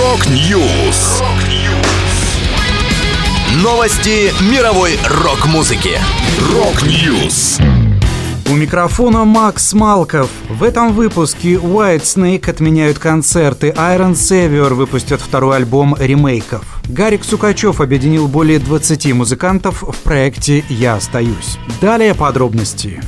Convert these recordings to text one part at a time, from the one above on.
Рок-Ньюс. Новости мировой рок-музыки. Рок-Ньюс. У микрофона Макс Малков. В этом выпуске Whitesnake отменяют концерты, Iron Savior выпустят второй альбом ремейков. Гарик Сукачев объединил более 20 музыкантов в проекте «Я остаюсь». Далее подробности.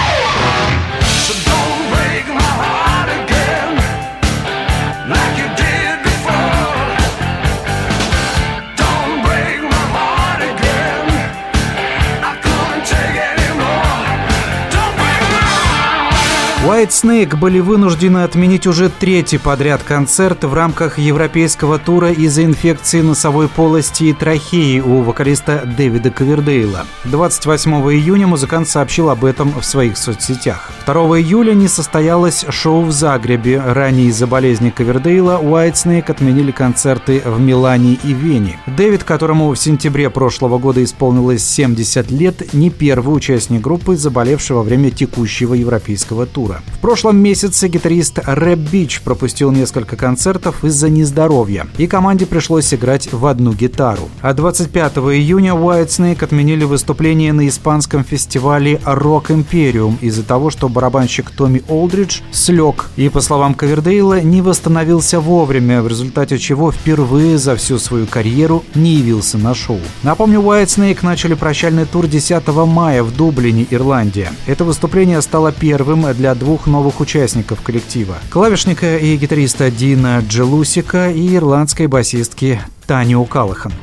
Whitesnake были вынуждены отменить уже третий подряд концерт в рамках европейского тура из-за инфекции носовой полости и трахеи у вокалиста Дэвида Ковердейла. 28 июня музыкант сообщил об этом в своих соцсетях. 2 июля не состоялось шоу в Загребе. Ранее из-за болезни Ковердейла Whitesnake отменили концерты в Милане и Вене. Дэвид, которому в сентябре прошлого года исполнилось 70 лет, не первый участник группы, заболевший во время текущего европейского тура. В прошлом месяце гитарист Рэп Бич пропустил несколько концертов из-за нездоровья, и команде пришлось играть в одну гитару. А 25 июня Whitesnake отменили выступление на испанском фестивале Rock Imperium из-за того, что барабанщик Томми Олдридж слег и, по словам Ковердейла, не восстановился вовремя, в результате чего впервые за всю свою карьеру не явился на шоу. Напомню, Whitesnake начали прощальный тур 10 мая в Дублине, Ирландия. Это выступление стало первым для двух новых участников коллектива – клавишника и гитариста Дина Джелусика и ирландской басистки Тани О'Каллахан.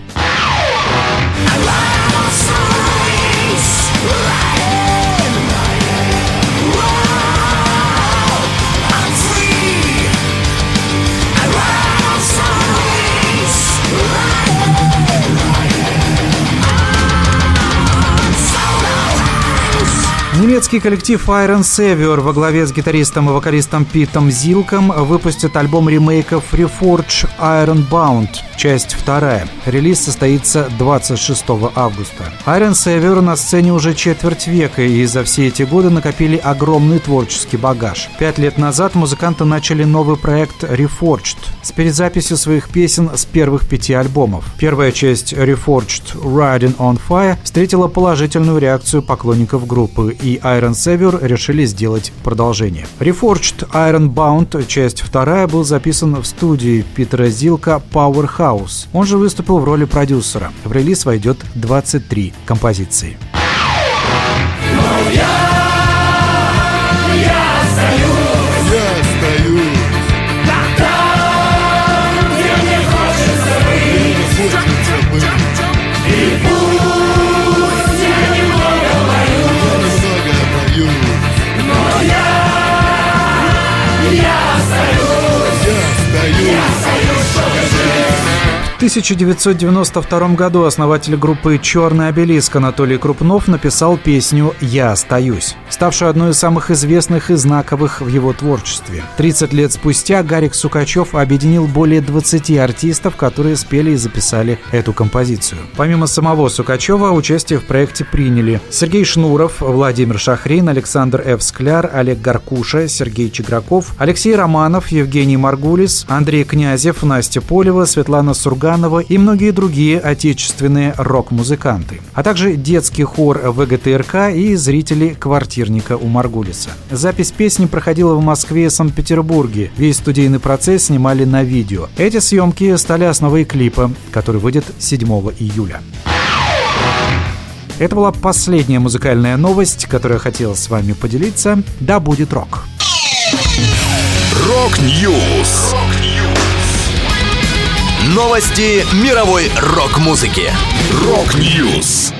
'Немецкий коллектив Iron Savior во главе с гитаристом и вокалистом Питом Зилком выпустит альбом ремейков Reforged Ironbound, часть 2. Релиз состоится 26 августа. Iron Savior на сцене уже четверть века и за все эти годы накопили огромный творческий багаж. 5 лет назад музыканты начали новый проект Reforged с перезаписью своих песен с первых 5 альбомов. Первая часть Reforged Riding on Fire встретила положительную реакцию поклонников группы, и Iron Savior решили сделать продолжение. Reforged Ironbound, часть 2, был записан в студии Питера Зилка Powerhouse. Он же выступил в роли продюсера. В релиз войдет 23 композиции. В 1992 году основатель группы «Черный обелиск» Анатолий Крупнов написал песню «Я остаюсь», ставшую одной из самых известных и знаковых в его творчестве. 30 лет спустя Гарик Сукачев объединил более 20 артистов, которые спели и записали эту композицию. Помимо самого Сукачева, участие в проекте приняли Сергей Шнуров, Владимир Шахрин, Александр Ф. Скляр, Олег Гаркуша, Сергей Чиграков, Алексей Романов, Евгений Маргулис, Андрей Князев, Настя Полева, Светлана Сурганова и многие другие отечественные рок-музыканты, а также детский хор ВГТРК и зрители квартирника у Маргулиса. Запись песни проходила в Москве и Санкт-Петербурге. Весь студийный процесс снимали на видео. Эти съемки стали основой клипа, который выйдет 7 июля. Это была последняя музыкальная новость, которую я хотел с вами поделиться. Да будет рок! Рок-Ньюс. Новости мировой рок-музыки. Рок-Ньюс.